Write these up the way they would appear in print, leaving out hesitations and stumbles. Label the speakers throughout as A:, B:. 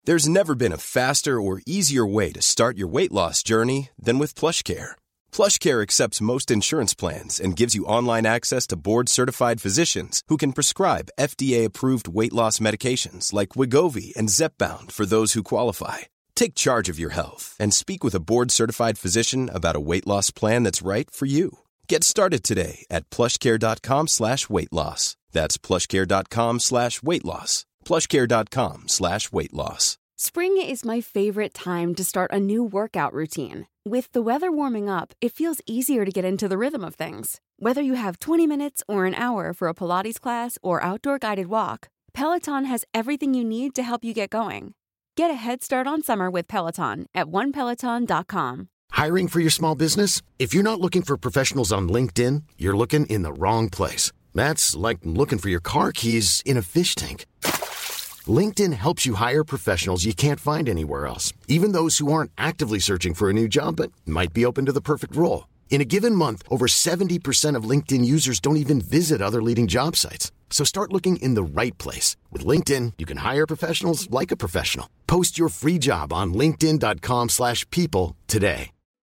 A: There's never been a faster or easier way to start your weight loss journey than with PlushCare. PlushCare accepts most insurance plans and gives you online access to board-certified physicians who can prescribe FDA-approved weight loss medications like Wegovy and Zepbound for those who qualify. Take charge of your health and speak with a board-certified physician about a weight loss plan that's right for you. Get started today at plushcare.com/weightloss. That's plushcare.com/weightloss. plushcare.com/weightloss.
B: Spring is my favorite time to start a new workout routine. With the weather warming up, it feels easier to get into the rhythm of things. Whether you have 20 minutes or an hour for a Pilates class or outdoor guided walk, Peloton has everything you need to help you get going. Get a head start on summer with Peloton at onepeloton.com.
C: Hiring for your small business? If you're not looking for professionals on LinkedIn, you're looking in the wrong place. That's like looking for your car keys in a fish tank. LinkedIn helps you hire professionals you can't find anywhere else, even those who aren't actively searching for a new job but might be open to the perfect role. In a given month, over 70% of LinkedIn users don't even visit other leading job sites. So start looking in the right place. With LinkedIn, you can hire professionals like a professional. Post your free job on linkedin.com/people today.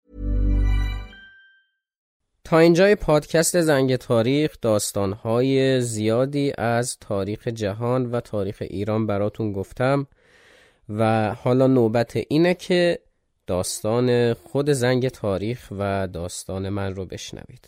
D: تا اینجای پادکست زنگ تاریخ داستان‌های زیادی از تاریخ جهان و تاریخ ایران براتون گفتم و حالا نوبت اینه که داستان خود زنگ تاریخ و داستان من رو بشنوید.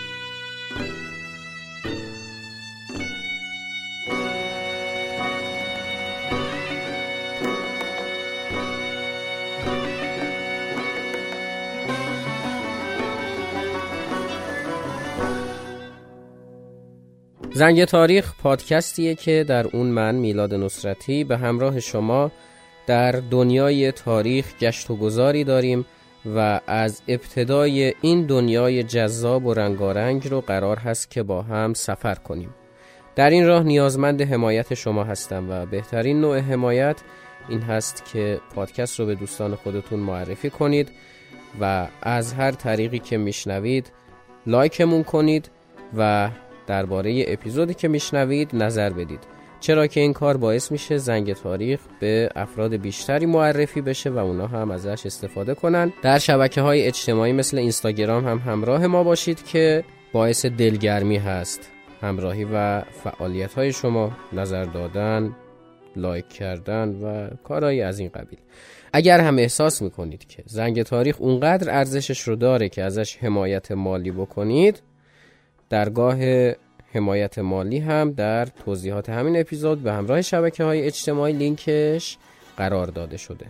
D: زنگ تاریخ پادکستیه که در اون من میلاد نصرتی به همراه شما در دنیای تاریخ گشت و گذاری داریم و از ابتدای این دنیای جذاب و رنگارنگ رو قرار هست که با هم سفر کنیم. در این راه نیازمند حمایت شما هستم و بهترین نوع حمایت این هست که پادکست رو به دوستان خودتون معرفی کنید و از هر طریقی که میشنوید لایکمون کنید و درباره اپیزودی که میشنوید نظر بدید، چرا که این کار باعث میشه زنگ تاریخ به افراد بیشتری معرفی بشه و اونا هم ازش استفاده کنن. در شبکه‌های اجتماعی مثل اینستاگرام هم همراه ما باشید که باعث دلگرمی هست همراهی و فعالیت‌های شما، نظر دادن، لایک کردن و کارهایی از این قبیل. اگر هم احساس میکنید که زنگ تاریخ اونقدر ارزشش رو داره که ازش حمایت مالی بکنید، درگاه حمایت مالی هم در توضیحات همین اپیزود به همراه شبکه‌های اجتماعی لینکش قرار داده شده.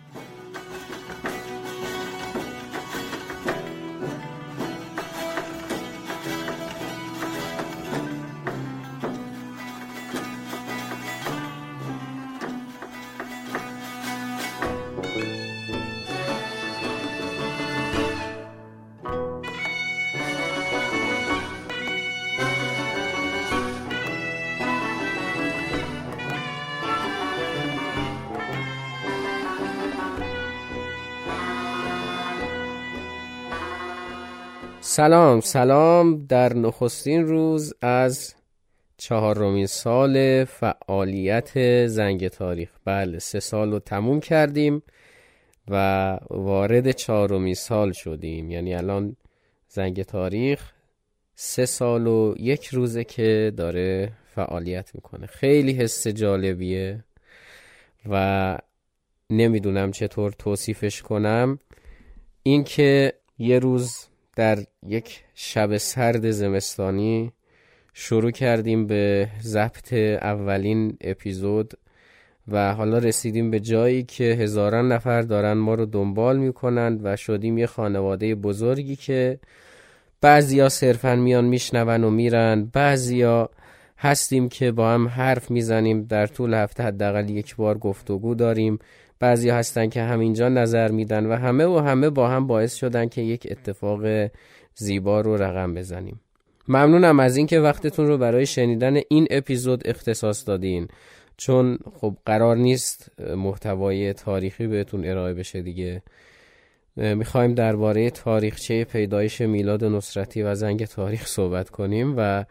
D: سلام در نخستین روز از 4مین سال فعالیت زنگ تاریخ. بله 3 سال رو تموم کردیم و وارد 4مین سال شدیم، یعنی الان زنگ تاریخ 3 سال و 1 روزه که داره فعالیت میکنه. خیلی حس جالبیه و نمیدونم چطور توصیفش کنم. این که یه روز در یک شب سرد زمستانی شروع کردیم به ضبط اولین اپیزود و حالا رسیدیم به جایی که هزاران نفر دارن ما رو دنبال میکنند و شدیم یه خانواده بزرگی که بعضیا صرفاً میان میشنون و میرن، بعضیا هستیم که با هم حرف میزنیم، در طول هفته حداقل 1 بار گفتگو داریم، بعضیا هستن که همینجا نظر میدن و همه با هم باعث شدن که یک اتفاق زیبا رو رقم بزنیم. ممنونم از این که وقتتون رو برای شنیدن این اپیزود اختصاص دادین، چون خب قرار نیست محتوای تاریخی بهتون ارائه بشه دیگه. میخوایم درباره تاریخچه پیدایش میلاد نصرتی و زنگ تاریخ صحبت کنیم و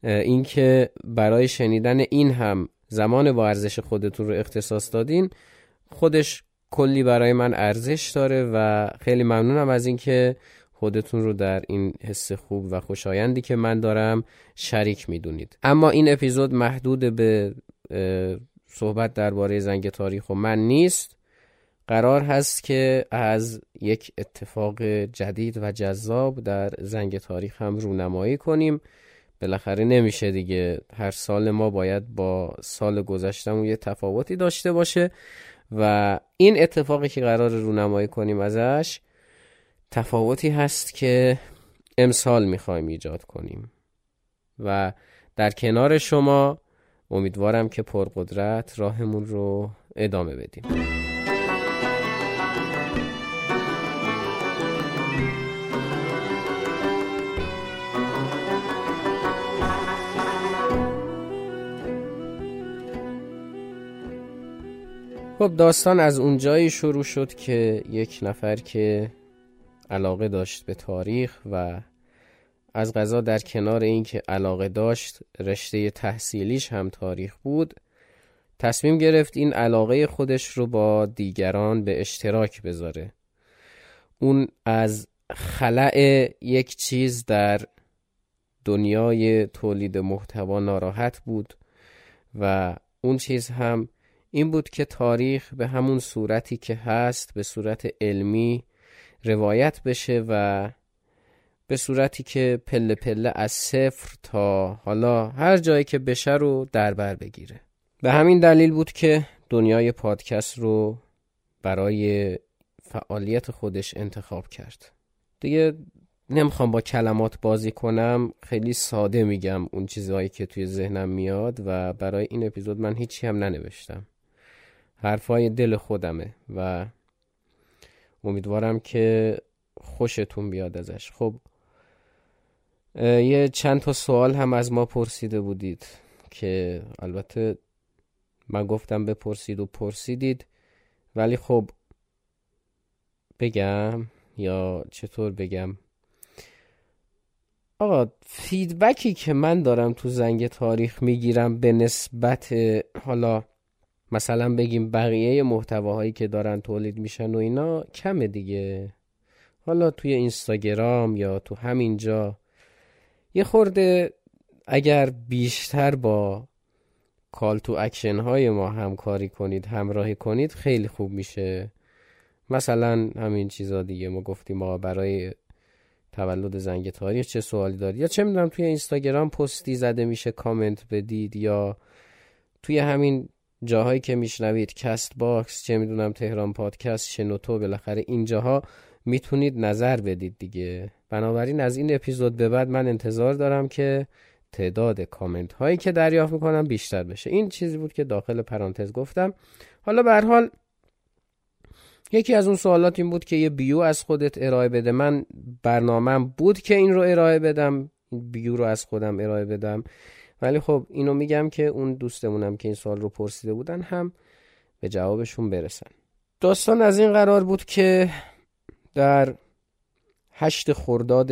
D: اینکه برای شنیدن این هم زمان با ارزش خودتون رو اختصاص دادین خودش کلی برای من ارزش داره و خیلی ممنونم از این که خودتون رو در این حس خوب و خوشایندی که من دارم شریک میدونید. اما این اپیزود محدود به صحبت درباره زنگ تاریخ و من نیست. قرار هست که از یک اتفاق جدید و جذاب در زنگ تاریخ هم رونمایی کنیم. بالاخره نمیشه دیگه، هر سال ما باید با سال گذشته‌مون یه تفاوتی داشته باشه و این اتفاقی که قرار رونمایی کنیم ازش تفاوتی هست که امسال میخوایم ایجاد کنیم و در کنار شما امیدوارم که پرقدرت راهمون رو ادامه بدیم. خب داستان از اونجایی شروع شد که یک نفر که علاقه داشت به تاریخ و از قضا در کنار این که علاقه داشت رشته تحصیلیش هم تاریخ بود، تصمیم گرفت این علاقه خودش رو با دیگران به اشتراک بذاره. اون از خلأ یک چیز در دنیای تولید محتوا ناراحت بود و اون چیز هم این بود که تاریخ به همون صورتی که هست، به صورت علمی روایت بشه و به صورتی که پله پله از صفر تا حالا هر جایی که بشه رو در بر بگیره. به همین دلیل بود که دنیای پادکست رو برای فعالیت خودش انتخاب کرد. دیگه نمیخوام با کلمات بازی کنم، خیلی ساده میگم اون چیزهایی که توی ذهنم میاد و برای این اپیزود من هیچی هم ننوشتم، حرفای دل خودمه و امیدوارم که خوشتون بیاد ازش. خب یه چند تا سوال هم از ما پرسیده بودید که البته من گفتم بپرسید و پرسیدید، ولی خب بگم یا چطور بگم؟ آقا فیدبکی که من دارم تو زنگ تاریخ میگیرم به نسبت حالا مثلا بگیم بقیه محتواهایی که دارن تولید میشن و اینا کمه دیگه. حالا توی اینستاگرام یا تو همین جا یه خورده اگر بیشتر با کال تو اکشن های ما همکاری کنید، همراهی کنید، خیلی خوب میشه. مثلا همین چیزا دیگه ما گفتیم ما برای تولد زنگ تاریخ چه سوالی دارید، یا چه میدونم توی اینستاگرام پستی زده میشه کامنت بدید، یا توی همین جاهایی که میشنوید کست باکس، چه میدونم تهران پادکست، شنوتو، بالاخره این جاها میتونید نظر بدید دیگه. بنابراین از این اپیزود به بعد من انتظار دارم که تعداد کامنت هایی که دریافت میکنم بیشتر بشه. این چیزی بود که داخل پرانتز گفتم. حالا به هر حال یکی از اون سوالات این بود که یه بیو از خودت ارائه بده. من برنامه‌ام بود که این رو ارائه بدم، این بیو رو از خودم ارائه بدم، ولی خب اینو میگم که اون دوستمونم که این سوال رو پرسیده بودن هم به جوابشون برسن. داستان از این قرار بود که در 8 خرداد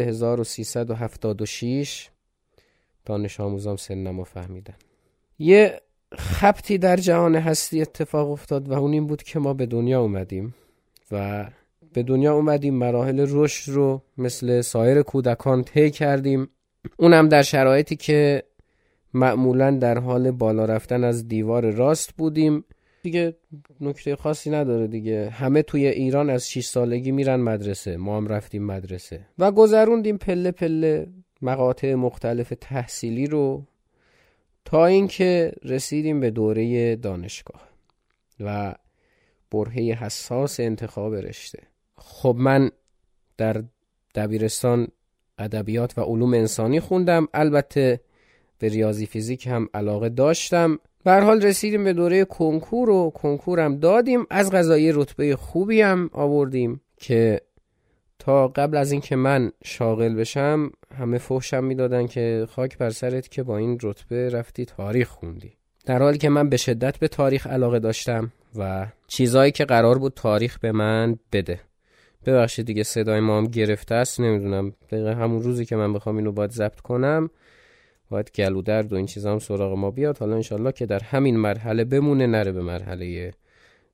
D: 1376 دانش آموزام سنمو فهمیدن. یه خبطی در جهان هستی اتفاق افتاد و اون این بود که ما به دنیا اومدیم و به دنیا اومدیم مراحل رشد رو مثل سایر کودکان طی کردیم، اونم در شرایطی که معمولاً در حال بالا رفتن از دیوار راست بودیم. دیگه نکته خاصی نداره دیگه، همه توی ایران از 6 سالگی میرن مدرسه، ما هم رفتیم مدرسه و گذروندیم پله پله مقاطع مختلف تحصیلی رو تا اینکه رسیدیم به دوره دانشگاه و برهه حساس انتخاب رشته. خب من در دبیرستان ادبیات و علوم انسانی خوندم، البته به ریاضی فیزیک هم علاقه داشتم. به هر حال رسیدیم به دوره کنکور و کنکورم دادیم، از قضایی رتبه خوبی هم آوردیم که تا قبل از این که من شاغل بشم همه فحشم میدادن که خاک بر سرت که با این رتبه رفتی تاریخ خوندی، در حالی که من به شدت به تاریخ علاقه داشتم و چیزایی که قرار بود تاریخ به من بده. ببخشید دیگه صدای ما هم گرفته است، نمیدونم دقیقا همون روزی که من بخوام اینو باید ضبط کنم باید گلو درد و این چیزا هم سراغ ما بیاد. حالا انشالله که در همین مرحله بمونه، نره به مرحله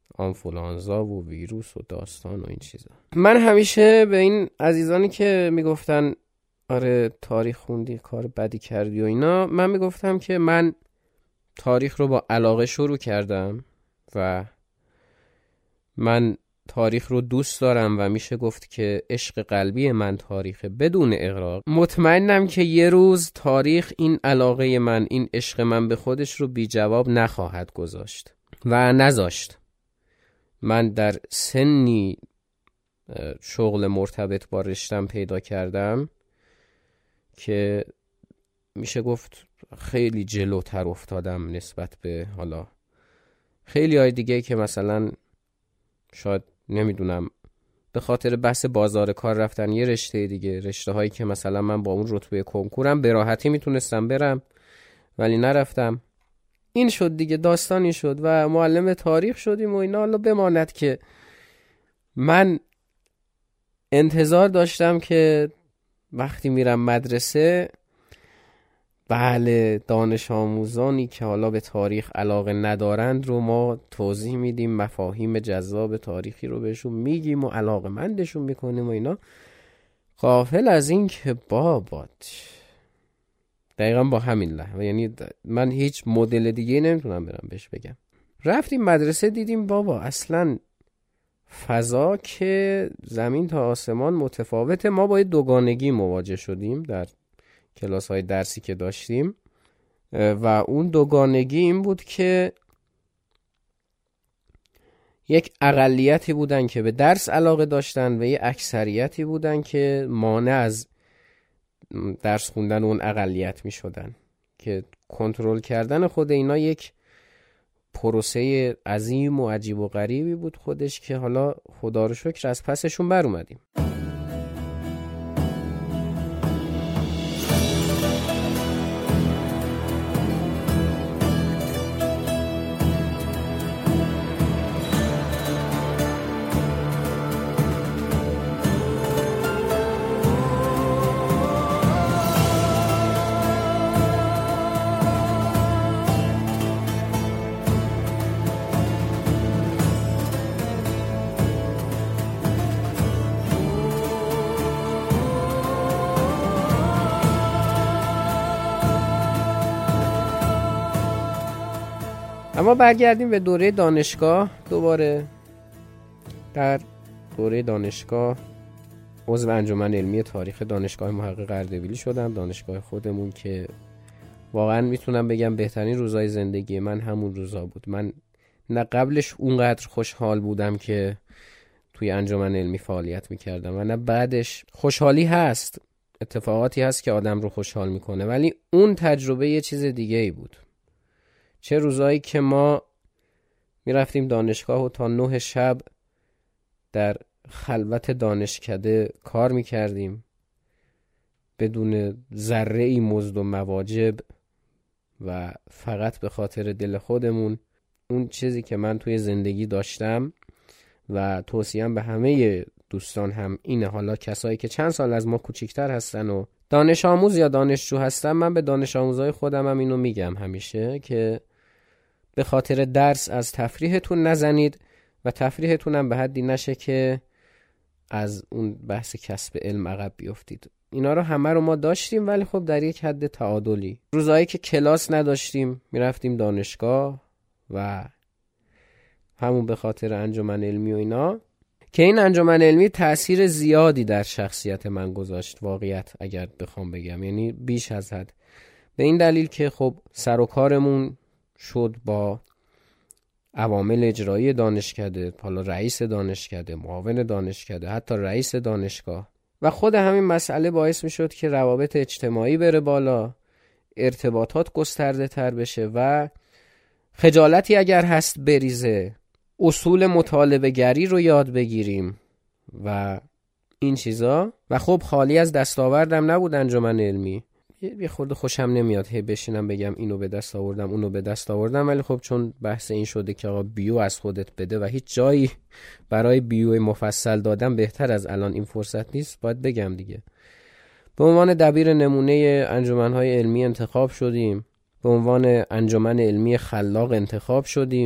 D: آنفولانزا و ویروس و داستان و این چیزا. من همیشه به این عزیزانی که میگفتن آره تاریخ خوندی کار بدی کردی و اینا، من میگفتم که من تاریخ رو با علاقه شروع کردم و من تاریخ رو دوست دارم و میشه گفت که عشق قلبی من تاریخ بدون اغراق. مطمئنم که یه روز تاریخ این علاقه من، این عشق من به خودش رو بی جواب نخواهد گذاشت و نذاشت. من در سنی شغل مرتبط با رشتم پیدا کردم که میشه گفت خیلی جلوتر افتادم نسبت به حالا خیلی های دیگه که مثلا شاید نمیدونم به خاطر بحث بازار کار رفتن یه رشته دیگه، رشته هایی که مثلا من با اون رتبه کنکورم به راحتی میتونستم برم ولی نرفتم. این شد دیگه، داستانی شد و معلم تاریخ شدیم و اینا. حالا بماند که من انتظار داشتم که وقتی میرم مدرسه بله دانش آموزانی که حالا به تاریخ علاقه ندارند رو ما توضیح میدیم، مفاهیم جذاب تاریخی رو بهشون میگیم و علاقه مندشون میکنیم و اینا. غافل از این که بابات دقیقا با همین لحظه، یعنی من هیچ مدل دیگه نمیتونم برم بهش بگم. رفتیم مدرسه دیدیم بابا اصلا فضا که زمین تا آسمان متفاوته. ما با دوگانگی مواجه شدیم در کلاس های درسی که داشتیم و اون دوگانگی این بود که یک اقلیتی بودن که به درس علاقه داشتن و یک اکثریتی بودن که مانع از درس خوندن اون اقلیت می شدن که کنترل کردن خود اینا یک پروسه عظیم و عجیب و غریبی بود خودش که حالا خدا رو شکر از پسشون بر اومدیم. اما برگردیم به دوره دانشگاه. دوباره در دوره دانشگاه عضو انجمن علمی تاریخ دانشگاه محقق اردبیلی شدم، دانشگاه خودمون که واقعا میتونم بگم بهترین روزای زندگی من همون روزا بود. من نه قبلش اونقدر خوشحال بودم که توی انجمن علمی فعالیت میکردم و نه بعدش. خوشحالی هست، اتفاقاتی هست که آدم رو خوشحال میکنه، ولی اون تجربه یه چیز دیگه ای بود. چه روزایی که ما میرفتیم دانشگاه و تا 9 شب در خلوت دانشکده کار میکردیم بدون ذره ای مزد و مواجب و فقط به خاطر دل خودمون. اون چیزی که من توی زندگی داشتم و توصیهم به همه دوستان هم اینه، حالا کسایی که چند سال از ما کوچیکتر هستن و دانش آموز یا دانشجو هستن، من به دانش آموزای خودم هم اینو میگم همیشه که به خاطر درس از تفریحتون نزنید و تفریحتون هم به حدی نشه که از اون بحث کسب علم عقب بیفتید. اینا رو همه رو ما داشتیم ولی خب در یک حد تعادلی. روزایی که کلاس نداشتیم میرفتیم دانشگاه و همون به خاطر انجمن علمی و اینا، که این انجمن علمی تأثیر زیادی در شخصیت من گذاشت واقعیت اگر بخوام بگم، یعنی بیش از حد. به این دلیل که خب سر و کارمون شد با عوامل اجرایی دانشکده، حالا رئیس دانشکده، معاون دانشکده، حتی رئیس دانشگاه، و خود همین مسئله باعث می شد که روابط اجتماعی بره بالا، ارتباطات گسترده تر بشه و خجالتی اگر هست بریزه، اصول مطالبه گری رو یاد بگیریم و این چیزا. و خب خالی از دستاوردم نبود انجمن علمی. یه خورده خوشم نمیاد هی بشینم بگم اینو به دست آوردم اونو به دست آوردم، ولی خب چون بحث این شده که آقا بیو از خودت بده و هیچ جایی برای بیو مفصل دادم بهتر از الان این فرصت نیست، باید بگم دیگه. به عنوان دبیر نمونه انجمن‌های علمی انتخاب شدیم، به عنوان انجمن علمی خلاق انتخاب شدیم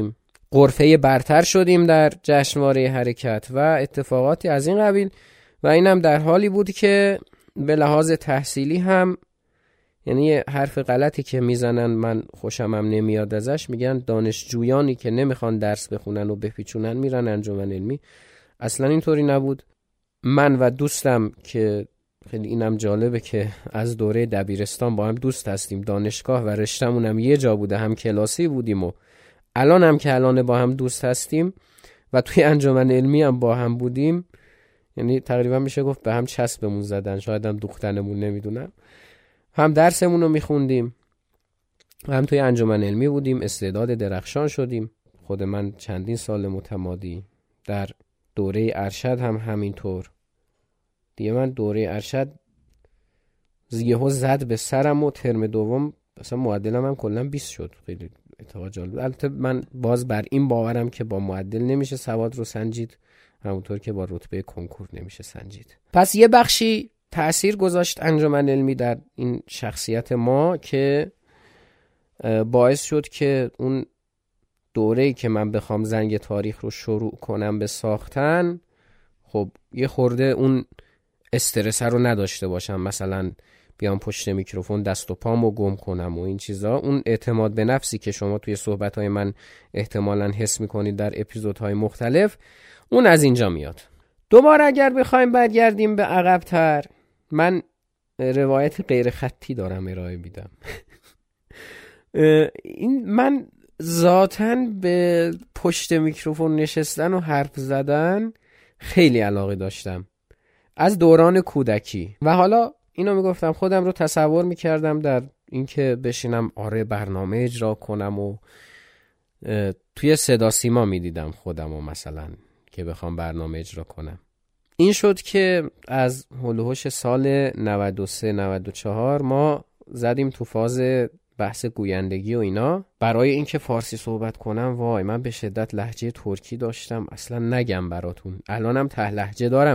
D: غرفه برتر شدیم در جشنواره حرکت و اتفاقاتی از این قبیل. و اینم در حالی بود که به لحاظ تحصیلی هم، یعنی حرف غلطی که میزنن من خوشم هم نمیاد ازش، میگن دانشجویانی که نمیخوان درس بخونن و بپیچونن میرن انجمن علمی. اصلا اینطوری نبود. من و دوستم که خیلی اینم جالبه که از دوره دبیرستان با هم دوست هستیم، دانشگاه و رشتمون هم یه جا بوده، هم کلاسی بودیم و الان هم که الان با هم دوست هستیم و توی انجمن علمی هم با هم بودیم، یعنی تقریبا میشه گفت به هم چسبمون زدن، شاید هم دوختنمون، نمیدونم. هم درسمون رو میخوندیم، هم توی انجمن علمی بودیم، استعداد درخشان شدیم. خود من چندین سال متمادی در دوره ارشد هم همینطور دیگه. من دوره ارشد یهو زد به سرم و ترم دوم مثلا معدلم هم کلا 20 شد. خیلی اتفاق جالب. البته من باز بر این باورم که با معدل نمیشه سواد رو سنجید، همونطور که با رتبه کنکور نمیشه سنجید. پس یه بخشی تأثیر گذاشت انجمن علمی در این شخصیت ما که باعث شد که اون دوره‌ای که من بخوام زنگ تاریخ رو شروع کنم به ساختن، خب یه خورده اون استرس رو نداشته باشم، مثلا بیام پشت میکروفون دست و پامو گم کنم و این چیزا. اون اعتماد به نفسی که شما توی صحبت‌های من احتمالاً حس می‌کنید در اپیزودهای مختلف، اون از اینجا میاد. دوباره اگر بخوایم برگردیم به عقب‌تر، من روایت غیر خطی دارم ارائه میدم. من ذاتاً به پشت میکروفون نشستن و حرف زدن خیلی علاقه داشتم از دوران کودکی و حالا اینو میگفتم خودم رو تصور میکردم در اینکه بشینم برنامه اجرا کنم و توی صدا سیما میدیدم خودم و مثلا که بخوام برنامه اجرا کنم. این شد که از هلوهوش سال 93-94 ما زدیم تو فاز بحث گویندگی و اینا. برای اینکه فارسی صحبت کنم وای من به شدت لهجه ترکی داشتم، اصلا نگم براتون. الانم ته لهجه دارم.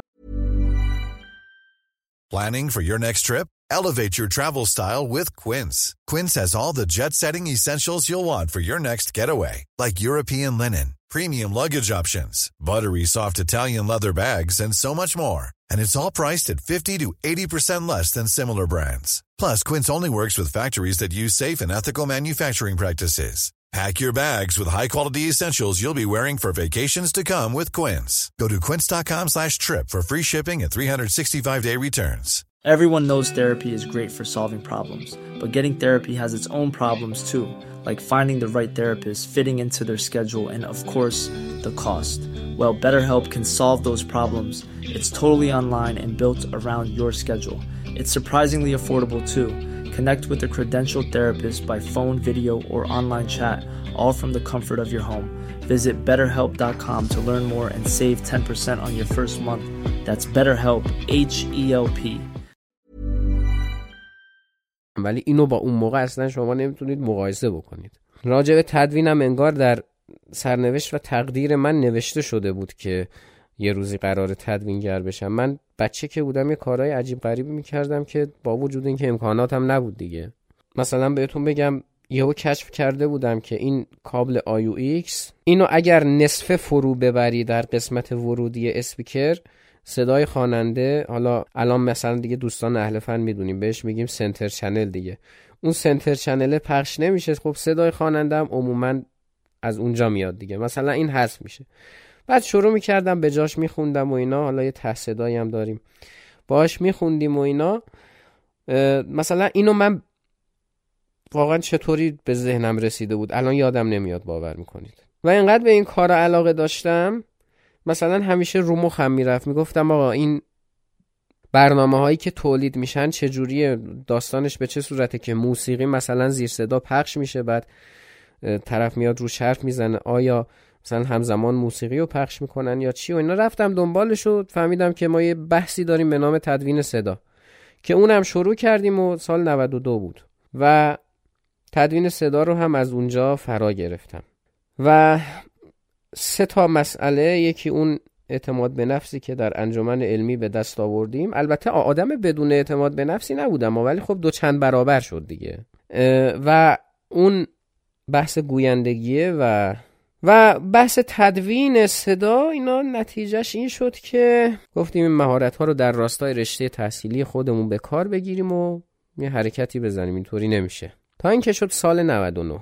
E: Planning for your next trip? Elevate your travel style with Quince. Quince has all the jet-setting essentials you'll want for your next getaway, like European linen, premium luggage options, buttery soft Italian leather bags, and so much more. And it's all priced at 50 to 80% less than similar brands. Plus, Quince only works with factories that use safe and ethical manufacturing practices. Pack your bags with high-quality essentials you'll be wearing for vacations to come with Quince. Go to quince.com/trip for free shipping and 365-day returns.
F: Everyone knows therapy is great for solving problems, but getting therapy has its own problems too, like finding the right therapist, fitting into their schedule, and of course, the cost. Well, BetterHelp can solve those problems. It's totally online and built around your schedule. It's surprisingly affordable too. Connect with a credentialed therapist by phone, video, or online chat, all from the comfort of your home. Visit BetterHelp.com to learn more and save 10% on your first month. That's BetterHelp, H-E-L-P.
D: ولی اینو با اون موقع اصلا شما نمیتونید مقایسه بکنید. راجع به تدوینم انگار در سرنوشت و تقدیر من نوشته شده بود که یه روزی قراره تدوینگر بشم. من بچه که بودم یه کارهای عجیب غریبی میکردم که با وجود اینکه امکاناتم نبود دیگه. مثلا بهتون بگم یهو کشف کرده بودم که این کابل AUX اینو اگر نصف فرو ببری در قسمت ورودی اسپیکر، صدای خواننده، حالا الان مثلا دیگه دوستان اهل فن میدونیم بهش میگیم سنتر چنل دیگه، اون سنتر چنل پخش نمیشه. خب صدای خواننده هم عموما از اونجا میاد دیگه، مثلا این حذف میشه. بعد شروع میکردم به جاش میخوندم و اینا، حالا یه ته صدایی هم داریم باهاش میخوندیم و اینا. مثلا اینو من واقعا چطوری به ذهنم رسیده بود الان یادم نمیاد، باور میکنید. و اینقدر به این کار علاقه داشتم، مثلا همیشه رو مخم میرفت، میگفتم آقا این برنامه هایی که تولید میشن چجوریه، داستانش به چه صورته که موسیقی مثلا زیر صدا پخش میشه، بعد طرف میاد رو حرف میزنه، آیا مثلا همزمان موسیقی رو پخش میکنن یا چی و اینا. رفتم دنبالش و فهمیدم که ما یه بحثی داریم به نام تدوین صدا که اونم شروع کردیم و سال 92 بود و تدوین صدا رو هم از اونجا فرا گرفتم. و 3 مسئله، یکی اون اعتماد به نفسی که در انجمن علمی به دست آوردیم. البته آدم بدون اعتماد به نفسی نبودم ولی خب 2 چند برابر شد دیگه. و اون بحث گویندگیه و و بحث تدوین صدا اینا نتیجهش این شد که گفتیم این مهارت‌ها رو در راستای رشته تحصیلی خودمون به کار بگیریم و یه حرکتی بزنیم. اینطوری نمیشه. تا اینکه شد سال 99.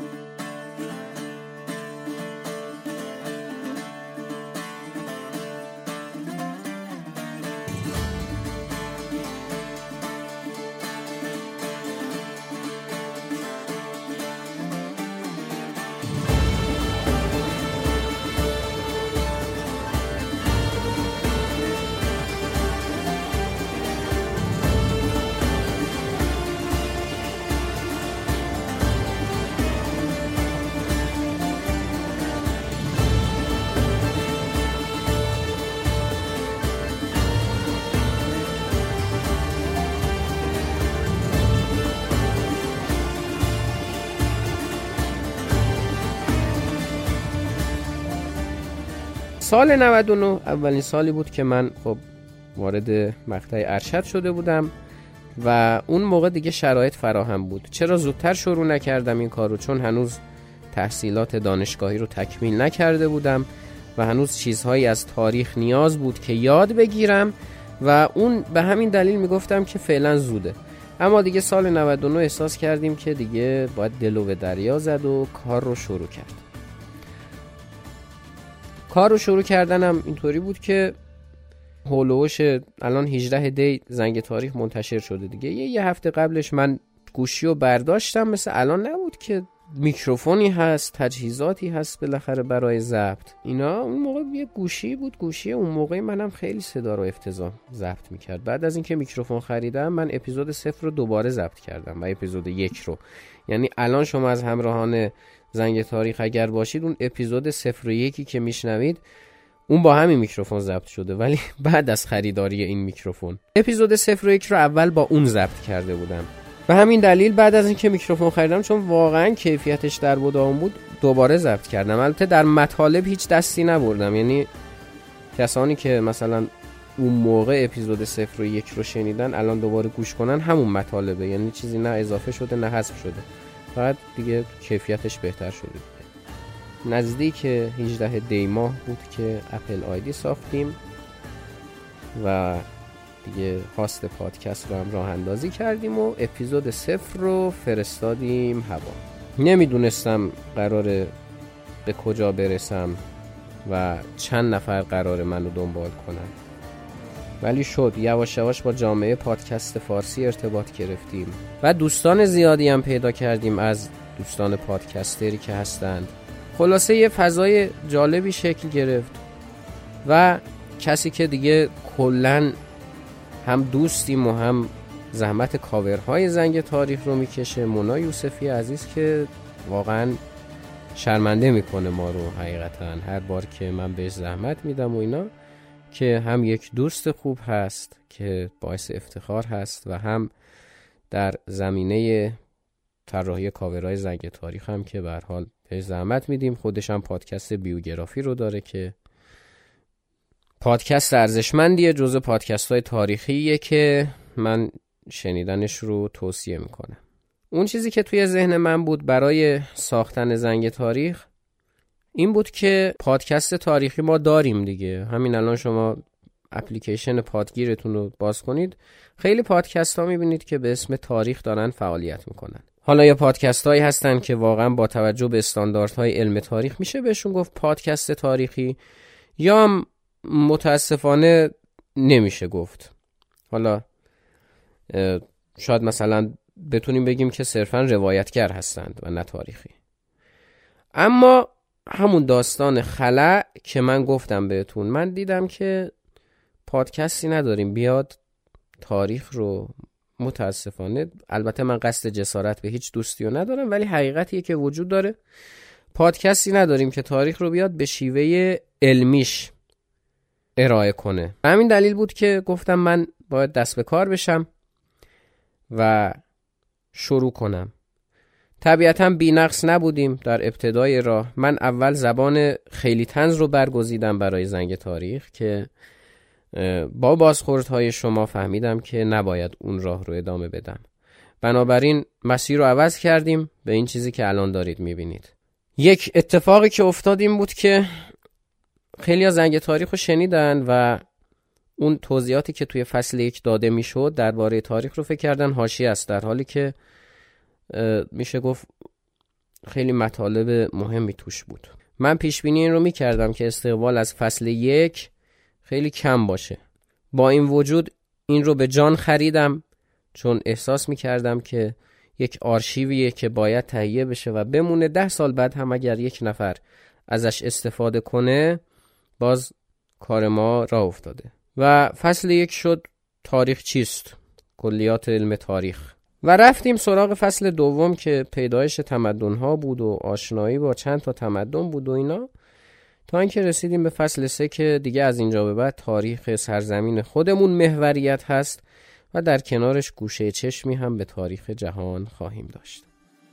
D: سال 99 اولین سالی بود که من خب وارد مقطع ارشد شده بودم و اون موقع دیگه شرایط فراهم بود. چرا زودتر شروع نکردم این کارو؟ چون هنوز تحصیلات دانشگاهی رو تکمیل نکرده بودم و هنوز چیزهایی از تاریخ نیاز بود که یاد بگیرم و اون به همین دلیل میگفتم که فعلا زوده. اما دیگه سال 99 احساس کردیم که دیگه باید دلو به دریا زد و کار رو شروع کرد. کار رو شروع کردنم اینطوری بود که هولوش الان 18 دی زنگ تاریخ منتشر شده دیگه. یه هفته قبلش من گوشی رو برداشتم، مثل الان نبود که میکروفونی هست، تجهیزاتی هست بالاخره برای ضبط اینا. اون موقع یه گوشی بود، گوشی اون موقع منم خیلی صدا رو افتضاح ضبط میکرد. بعد از اینکه میکروفون خریدم من اپیزود 0 رو دوباره ضبط کردم و اپیزود 1 رو. یعنی الان شما از همراهان زنگ تاریخ اگر باشید اون اپیزود 0 و 1 که میشنوید اون با همین میکروفون ضبط شده، ولی بعد از خریداری این میکروفون. اپیزود 0 و 1 رو اول با اون ضبط کرده بودم. به همین دلیل بعد از اینکه میکروفون خریدم، چون واقعا کیفیتش در بودام بود، دوباره ضبط کردم. البته در مطالب هیچ دستی نبردم، یعنی کسانی که مثلا اون موقع اپیزود 0 و 1 رو شنیدن الان دوباره گوش کنن همون مطالبه، یعنی چیزی نه اضافه شده نه حذف شده، فقط دیگه کیفیتش بهتر شده. نزدیک 18 دی ماه بود که اپل آیدی ساختیم و دیگه هاست پادکست رو هم راه اندازی کردیم و اپیزود 0 رو فرستادیم هوا. نمیدونستم قراره به کجا برسم و چند نفر قراره منو دنبال کنن، ولی شد. یواش یواش با جامعه پادکست فارسی ارتباط گرفتیم و دوستان زیادی هم پیدا کردیم از دوستان پادکستری که هستند. خلاصه یه فضای جالبی شکل گرفت و کسی که دیگه کلن هم دوستیم و هم زحمت کاورهای زنگ تاریخ رو میکشه، مونا یوسفی عزیز، که واقعا شرمنده میکنه ما رو حقیقتا هر بار که من بهش زحمت میدم و اینا، که هم یک دوست خوب هست که باعث افتخار هست و هم در زمینه طراحی کاورهای زنگ تاریخ هم که به هر حال بهش زحمت میدیم. خودش هم پادکست بیوگرافی رو داره که پادکست ارزشمندیه، جزو پادکست های تاریخیه که من شنیدنش رو توصیه میکنم. اون چیزی که توی ذهن من بود برای ساختن زنگ تاریخ این بود که پادکست تاریخی ما داریم دیگه. همین الان شما اپلیکیشن پادگیرتون رو باز کنید، خیلی پادکست ها میبینید که به اسم تاریخ دارن فعالیت میکنن. حالا یا پادکست هایی هستن که واقعا با توجه به استانداردهای علم تاریخ میشه بهشون گفت پادکست تاریخی، یا متاسفانه نمیشه گفت. حالا شاید مثلا بتونیم بگیم که صرفا روایتگر هستند و نه تاریخی. اما همون داستان خلأ که من گفتم بهتون، من دیدم که پادکستی نداریم بیاد تاریخ رو، متاسفانه، البته من قصد جسارت به هیچ دوستی رو ندارم، ولی حقیقتیه که وجود داره، پادکستی نداریم که تاریخ رو بیاد به شیوه علمیش ارائه کنه. همین دلیل بود که گفتم من باید دست به کار بشم و شروع کنم. طبیعتاً بی‌نقص نبودیم در ابتدای راه. من اول زبان خیلی طنز رو برگزیدم برای زنگ تاریخ که با بازخوردهای شما فهمیدم که نباید اون راه رو ادامه بدم. بنابراین مسیر رو عوض کردیم به این چیزی که الان دارید میبینید. یک اتفاقی که افتاد این بود که خیلی از زنگ تاریخ رو شنیدن و اون توضیحاتی که توی فصل 1 داده میشد درباره تاریخ رو فکر کردن حاشیه است، در حالی که میشه گفت خیلی مطالب مهمی توش بود. من پیش بینی این رو میکردم که استقبال از فصل 1 خیلی کم باشه. با این وجود این رو به جان خریدم، چون احساس میکردم که یک آرشیویه که باید تهیه بشه و بمونه 10 سال بعد هم اگر یک نفر ازش استفاده کنه باز کار ما راه افتاده. و فصل 1 شد تاریخ چیست؟ کلیات علم تاریخ. و رفتیم سراغ فصل 2 که پیدایش تمدن‌ها بود و آشنایی با چند تا تمدن بود و اینا، تا اینکه رسیدیم به فصل 3 که دیگه از اینجا به بعد تاریخ سرزمین خودمون محوریت هست و در کنارش گوشه چشمی هم به تاریخ جهان خواهیم داشت.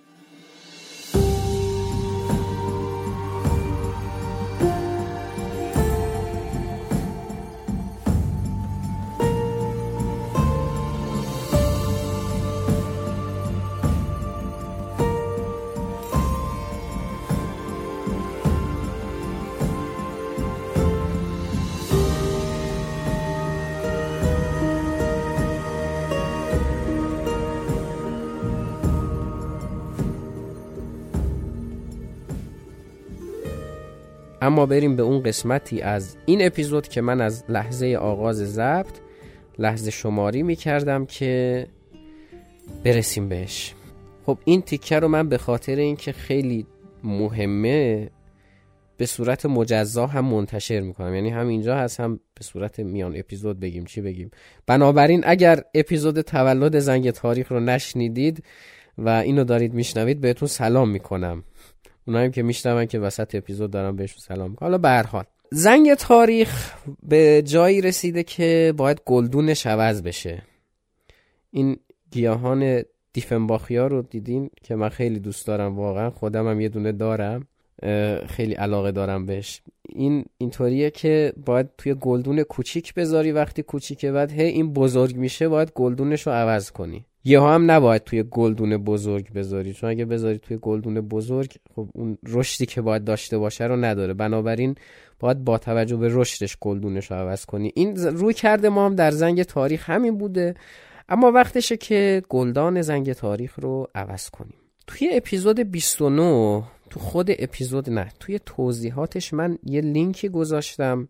D: اما بریم به اون قسمتی از این اپیزود که من از لحظه آغاز ضبط لحظه شماری میکردم که برسیم بهش. خب این تیکه رو من به خاطر اینکه خیلی مهمه به صورت مجزا هم منتشر میکنم، یعنی هم اینجا هست هم به صورت میان اپیزود بگیم چی بگیم. بنابراین اگر اپیزود تولد زنگ تاریخ رو نشنیدید و اینو دارید میشنوید بهتون سلام میکنم. اوناییم که میشنون که وسط اپیزود دارم بهشون سلام میکنم. حالا به هر حال زنگ تاریخ به جایی رسیده که باید گلدونش عوض بشه. این گیاهان دیفنباخیا رو دیدین که من خیلی دوست دارم، واقعا خودم هم یه دونه دارم، خیلی علاقه دارم بهش. اینطوریه که باید توی گلدون کوچیک بذاری، وقتی کوچیکه بعد این بزرگ میشه باید گلدونش رو عوض کنی. یه هم نباید توی گلدون بزرگ بذاری، چون اگه بذاری توی گلدون بزرگ خب اون رشدی که باید داشته باشه رو نداره، بنابراین باید با توجه به رشدش گلدونش رو عوض کنی. این روی کرده ما هم در زنگ تاریخ همین بوده، اما وقتشه که گلدان زنگ تاریخ رو عوض کنیم. توی اپیزود 29 تو خود اپیزود نه توی توضیحاتش من یه لینکی گذاشتم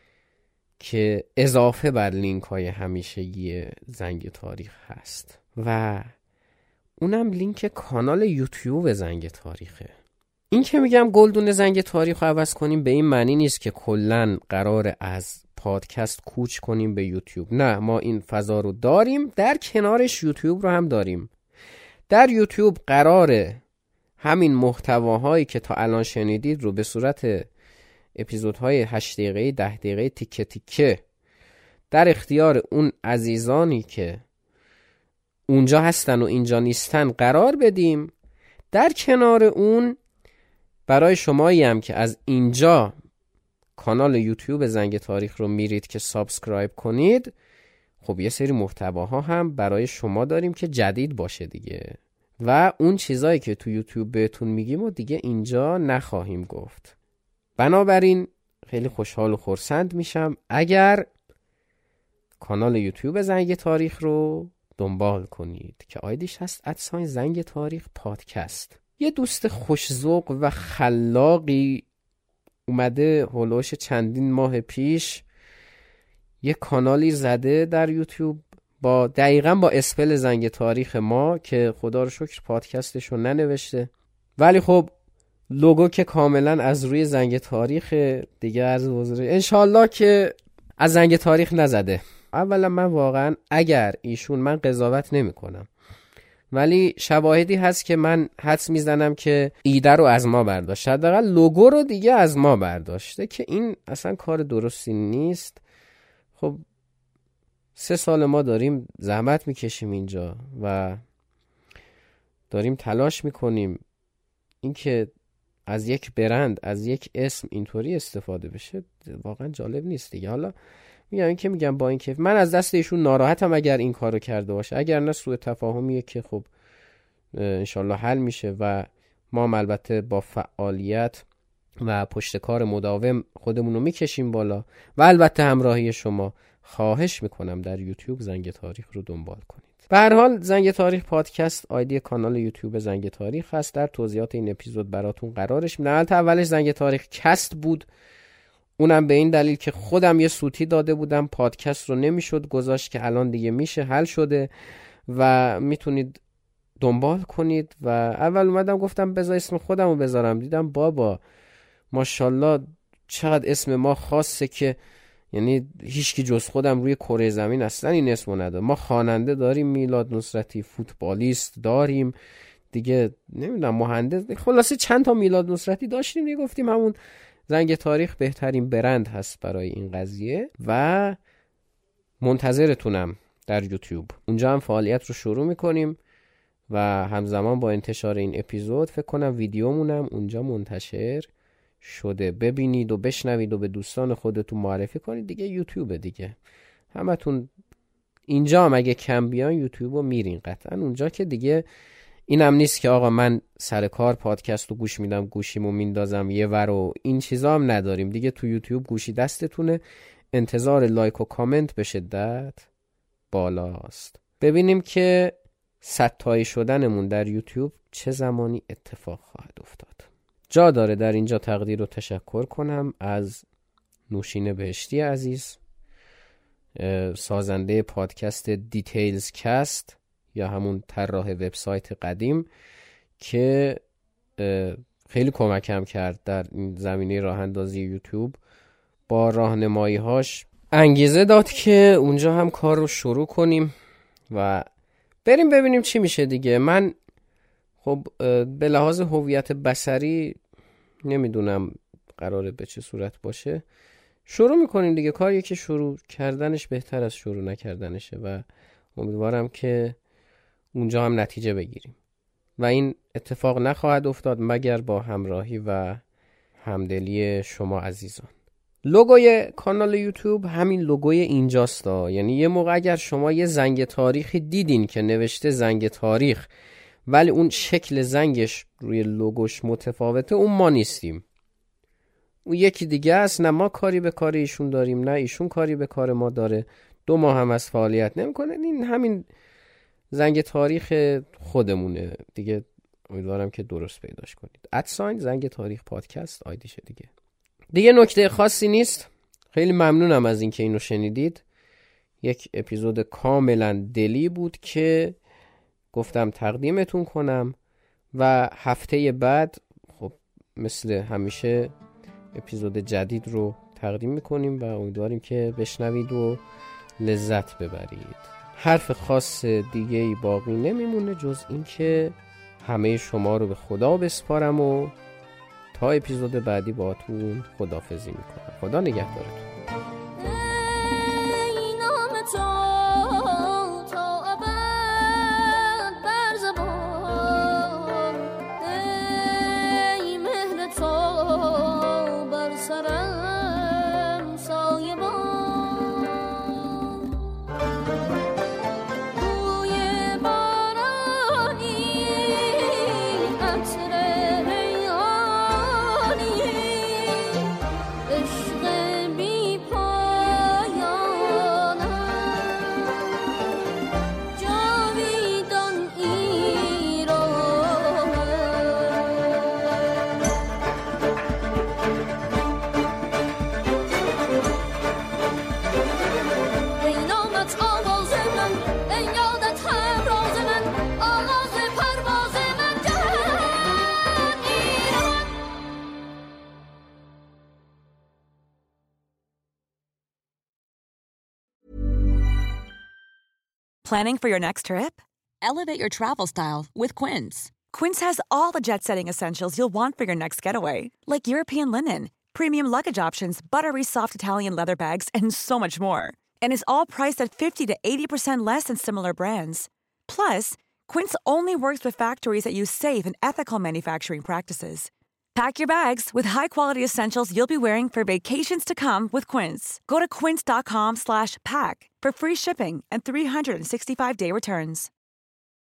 D: که اضافه بر لینک های همیشگی زنگ تاریخ هست و اونم لینک کانال یوتیوب زنگ تاریخه. این که میگم گلدون زنگ تاریخ رو عوض کنیم به این معنی نیست که کلن قراره از پادکست کوچ کنیم به یوتیوب. نه، ما این فضا رو داریم، در کنارش یوتیوب رو هم داریم. در یوتیوب قراره همین محتواهایی که تا الان شنیدید رو به صورت اپیزودهای 8 دقیقه 10 دقیقه تیکه تیکه در اختیار اون عزیزانی که اونجا هستن و اینجا نیستن قرار بدیم. در کنار اون برای شمایی هم که از اینجا کانال یوتیوب زنگ تاریخ رو میرید که سابسکرایب کنید، خب یه سری محتواها هم برای شما داریم که جدید باشه دیگه، و اون چیزایی که تو یوتیوب بهتون میگیم و دیگه اینجا نخواهیم گفت. بنابراین خیلی خوشحال و خرسند میشم اگر کانال یوتیوب زنگ تاریخ رو دنبال کنید که آیدیش هست @زنگ تاریخ پادکست. یه دوست خوش‌ذوق و خلاقی اومده هولوش چندین ماه پیش یه کانالی زده در یوتیوب با دقیقاً با اسپل زنگ تاریخ ما که خدا رو شکر پادکستش رو ننوشته، ولی خب لوگو که کاملا از روی زنگ تاریخ دیگه، عرض حضور انشالله که از زنگ تاریخ نزده. اولا من واقعا اگر ایشون، من قضاوت نمی کنم، ولی شواهدی هست که من حدس میزنم که ایده رو از ما برداشته، حداقل لوگو رو دیگه از ما برداشته که این اصلا کار درستی نیست. خب 3 سال ما داریم زحمت میکشیم اینجا و داریم تلاش میکنیم، اینکه از یک برند، از یک اسم اینطوری استفاده بشه واقعا جالب نیست دیگه. حالا میگم با این که من از دست ایشون ناراحتم اگر این کارو کرده باشه، اگر نه سوء تفاهمیه که خب انشالله حل میشه و ما هم البته با فعالیت و پشتکار مداوم خودمون رو میکشیم بالا و البته همراهی شما. خواهش میکنم در یوتیوب زنگ تاریخ رو دنبال کنید. به هر حال زنگ تاریخ پادکست آیدی کانال یوتیوب زنگ تاریخ هست. در توضیحات این اپیزود براتون قرارش میدم. البته اولش زنگ تاریخ کست بود، اونم به این دلیل که خودم یه سوتی داده بودم پادکست رو نمیشد گذاشت که الان دیگه میشه، حل شده و میتونید دنبال کنید. و اول اومدم گفتم بذار اسم خودم رو بذارم، دیدم بابا ماشاءالله چقدر اسم ما خاصه که یعنی هیچکی جز خودم روی کره زمین اصلا این اسمو نداره. ما خواننده داریم میلاد نصرتی، فوتبالیست داریم دیگه، نمیدونم مهندس، خلاصه چند تا میلاد نصرتی داشتیم دیگه. گفتیم همون زنگ تاریخ بهترین برند هست برای این قضیه و منتظرتونم در یوتیوب. اونجا هم فعالیت رو شروع میکنیم و همزمان با انتشار این اپیزود فکر کنم ویدیومونم اونجا منتشر شده. ببینید و بشنوید و به دوستان خودتون معرفی کنید دیگه. یوتیوب دیگه همتون اینجا هم اگه کم بیان یوتیوب رو میرین قطعا. اونجا که دیگه اینم نیست که آقا من سر کار پادکست رو گوش میدم گوشیمو میندازم یه ور و این چیزا هم نداریم دیگه. تو یوتیوب گوشی دستتونه، انتظار لایک و کامنت به شدت بالاست. ببینیم که 100 تایی شدنمون در یوتیوب چه زمانی اتفاق خواهد افتاد. جا داره در اینجا تقدیر و تشکر کنم از نوشین بهشتی عزیز، سازنده پادکست دیتیلز کست یا همون طراح وبسایت قدیم که خیلی کمکم کرد در این زمینه راه اندازی یوتیوب. با راهنمایی‌هاش انگیزه داد که اونجا هم کار رو شروع کنیم و بریم ببینیم چی میشه دیگه. من خب به لحاظ هویت بصری نمیدونم قراره به چه صورت باشه. شروع میکنیم دیگه. کاریه که شروع کردنش بهتر از شروع نکردنشه و امیدوارم که اونجا هم نتیجه بگیریم و این اتفاق نخواهد افتاد مگر با همراهی و همدلی شما عزیزان. لوگوی کانال یوتیوب همین لوگوی اینجاست. یعنی یه موقع اگر شما یه زنگ تاریخی دیدین که نوشته زنگ تاریخ ولی اون شکل زنگش روی لوگوش متفاوته، اون ما نیستیم، اون یکی دیگه است. نه ما کاری به کار ایشون داریم نه ایشون کاری به کار ما داره. 2 ماه هم از فعالیت نمیکنه. این همین زنگ تاریخ خودمونه دیگه. امیدوارم که درست پیداش کنید. @ زنگ تاریخ پادکست آیدیشه دیگه نکته خاصی نیست. خیلی ممنونم از اینکه اینو شنیدید. یک اپیزود کاملا دلی بود که گفتم تقدیمتون کنم و هفته بعد خب مثل همیشه اپیزود جدید رو تقدیم میکنیم و امیدواریم که بشنوید و لذت ببرید. حرف خاص دیگه ای باقی نمیمونه جز این که همه شما رو به خدا بسپارم و تا اپیزود بعدی باهاتون خداحافظی میکنم. خدا نگهدارتون.
G: Planning for your next trip? Elevate your travel style with Quince. Quince has all the jet-setting essentials you'll want for your next getaway, like European linen, premium luggage options, buttery soft Italian leather bags, and so much more. And is all priced at 50 to 80% less than similar brands. Plus, Quince only works with factories that use safe and ethical manufacturing practices. Pack your bags with high-quality essentials you'll be wearing for vacations to come with Quince. Go to quince.com/pack for free shipping and 365-day returns.